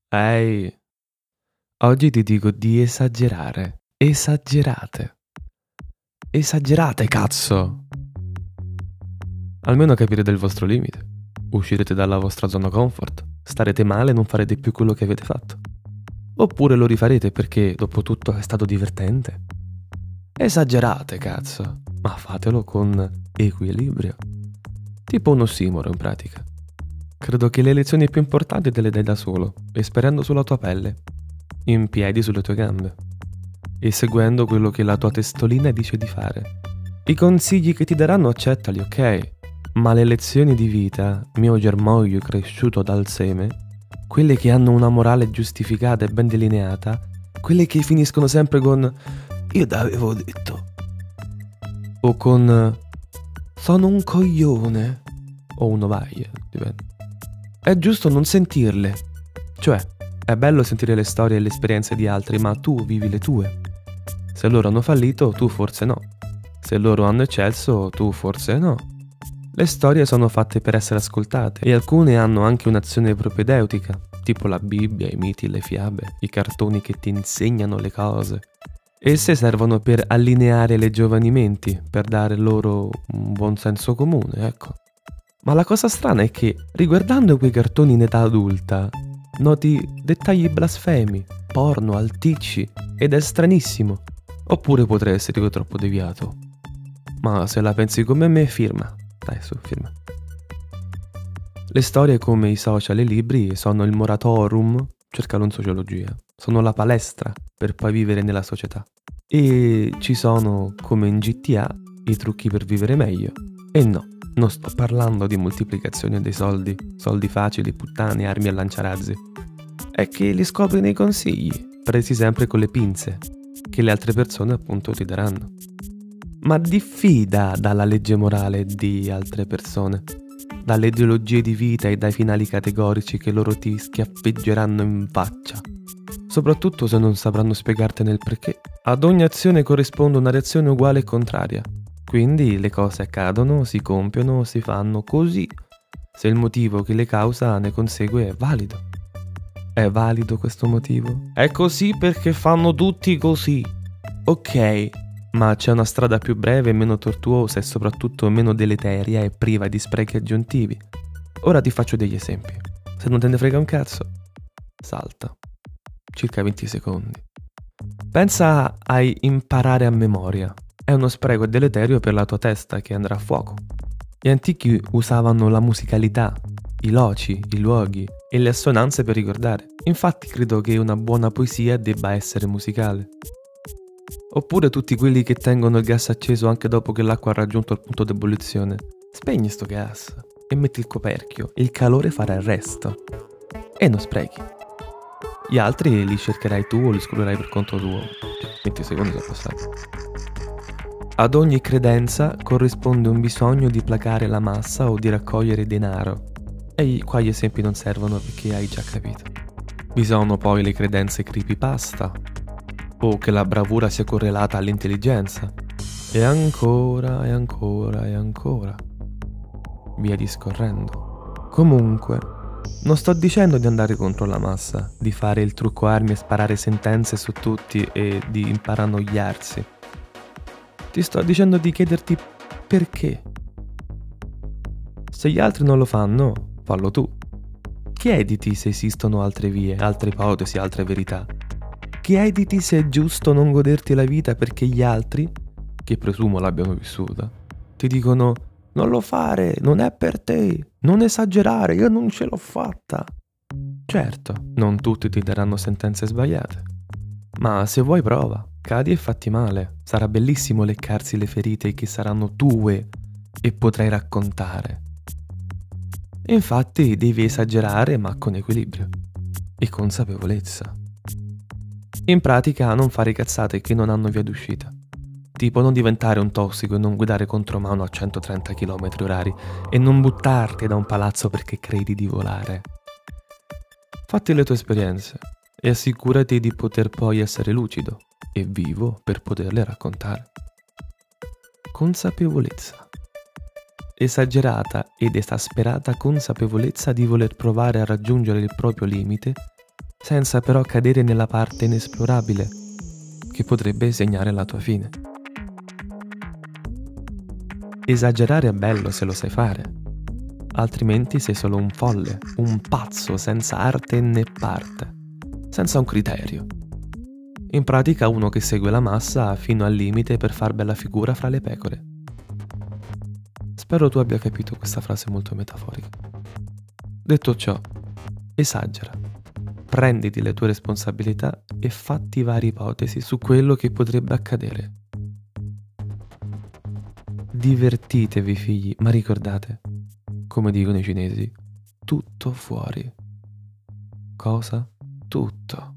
Ehi, oggi ti dico di esagerare. Esagerate. Esagerate, cazzo! Almeno capirete il vostro limite. Uscirete dalla vostra zona comfort. Starete male e non farete più quello che avete fatto. Oppure lo rifarete perché, dopo tutto, è stato divertente. Esagerate, cazzo. Ma fatelo con equilibrio. Tipo un ossimoro, in pratica. Credo che le lezioni più importanti te le dai da solo, esperendo sulla tua pelle, in piedi sulle tue gambe, e seguendo quello che la tua testolina dice di fare. I consigli che ti daranno accettali, ok? Ma le lezioni di vita, mio germoglio cresciuto dal seme, quelle che hanno una morale giustificata e ben delineata, quelle che finiscono sempre con "io t'avevo detto", o con "sono un coglione", o un ovaie, dipende. È giusto non sentirle. Cioè, è bello sentire le storie e le esperienze di altri, ma tu vivi le tue. Se loro hanno fallito, tu forse no. Se loro hanno eccelso, tu forse no. Le storie sono fatte per essere ascoltate e alcune hanno anche un'azione propedeutica, tipo la Bibbia, i miti, le fiabe, i cartoni che ti insegnano le cose. Esse servono per allineare le giovani menti, per dare loro un buon senso comune, ecco. Ma la cosa strana è che, riguardando quei cartoni in età adulta, noti dettagli blasfemi, porno, alticci, ed è stranissimo. Oppure potrei essere io troppo deviato. Ma se la pensi come me, firma. Dai, su, firma. Le storie come i social e i libri sono il moratorium, cercalo in sociologia, sono la palestra per poi vivere nella società. E ci sono, come in GTA, i trucchi per vivere meglio. E no. Non sto parlando di moltiplicazione dei soldi facili, puttane, armi e lanciarazzi. È che li scopri nei consigli, presi sempre con le pinze, che le altre persone appunto ti daranno. Ma diffida dalla legge morale di altre persone, dalle ideologie di vita e dai finali categorici che loro ti schiaffeggeranno in faccia. Soprattutto se non sapranno spiegartene il perché. Ad ogni azione corrisponde una reazione uguale e contraria. Quindi le cose accadono, si compiono, si fanno così, se il motivo che le causa ne consegue è valido. È valido questo motivo? È così perché fanno tutti così. Ok, ma c'è una strada più breve, meno tortuosa e soprattutto meno deleteria e priva di sprechi aggiuntivi. Ora ti faccio degli esempi. Se non te ne frega un cazzo, salta. Circa 20 secondi. Pensa a imparare a memoria. È uno spreco e deleterio per la tua testa che andrà a fuoco. Gli antichi usavano la musicalità, i loci, i luoghi e le assonanze per ricordare. Infatti credo che una buona poesia debba essere musicale. Oppure tutti quelli che tengono il gas acceso anche dopo che l'acqua ha raggiunto il punto d'ebollizione. Spegni sto gas e metti il coperchio, il calore farà il resto. E non sprechi. Gli altri li cercherai tu o li scoprirai per conto tuo. 20 secondi sono passati. Ad ogni credenza corrisponde un bisogno di placare la massa o di raccogliere denaro. E qua gli esempi non servono perché hai già capito. Vi sono poi le credenze creepypasta, o che la bravura sia correlata all'intelligenza. E ancora, e ancora, e ancora. Via discorrendo. Comunque, non sto dicendo di andare contro la massa, di fare il trucco armi e sparare sentenze su tutti e di imparanoiarsi. Ti sto dicendo di chiederti perché. Se gli altri non lo fanno, fallo tu. Chiediti se esistono altre vie, altre ipotesi, altre verità. Chiediti se è giusto non goderti la vita perché gli altri, che presumo l'abbiano vissuta, ti dicono non lo fare, non è per te, non esagerare, io non ce l'ho fatta. Certo, non tutti ti daranno sentenze sbagliate. Ma se vuoi prova, cadi e fatti male. Sarà bellissimo leccarsi le ferite che saranno tue e potrai raccontare. Infatti devi esagerare ma con equilibrio e consapevolezza. In pratica non fare cazzate che non hanno via d'uscita. Tipo non diventare un tossico e non guidare contromano a 130 km/h e non buttarti da un palazzo perché credi di volare. Fatti le tue esperienze e assicurati di poter poi essere lucido e vivo per poterle raccontare. Consapevolezza. Esagerata ed esasperata consapevolezza di voler provare a raggiungere il proprio limite senza però cadere nella parte inesplorabile che potrebbe segnare la tua fine. Esagerare è bello se lo sai fare, altrimenti sei solo un folle, un pazzo senza arte né parte, senza un criterio. In pratica uno che segue la massa fino al limite per far bella figura fra le pecore. Spero tu abbia capito questa frase molto metaforica. Detto ciò, esagera, prenditi le tue responsabilità e fatti varie ipotesi su quello che potrebbe accadere. Divertitevi figli, ma ricordate, come dicono i cinesi, tutto fuori. Cosa? Tutto.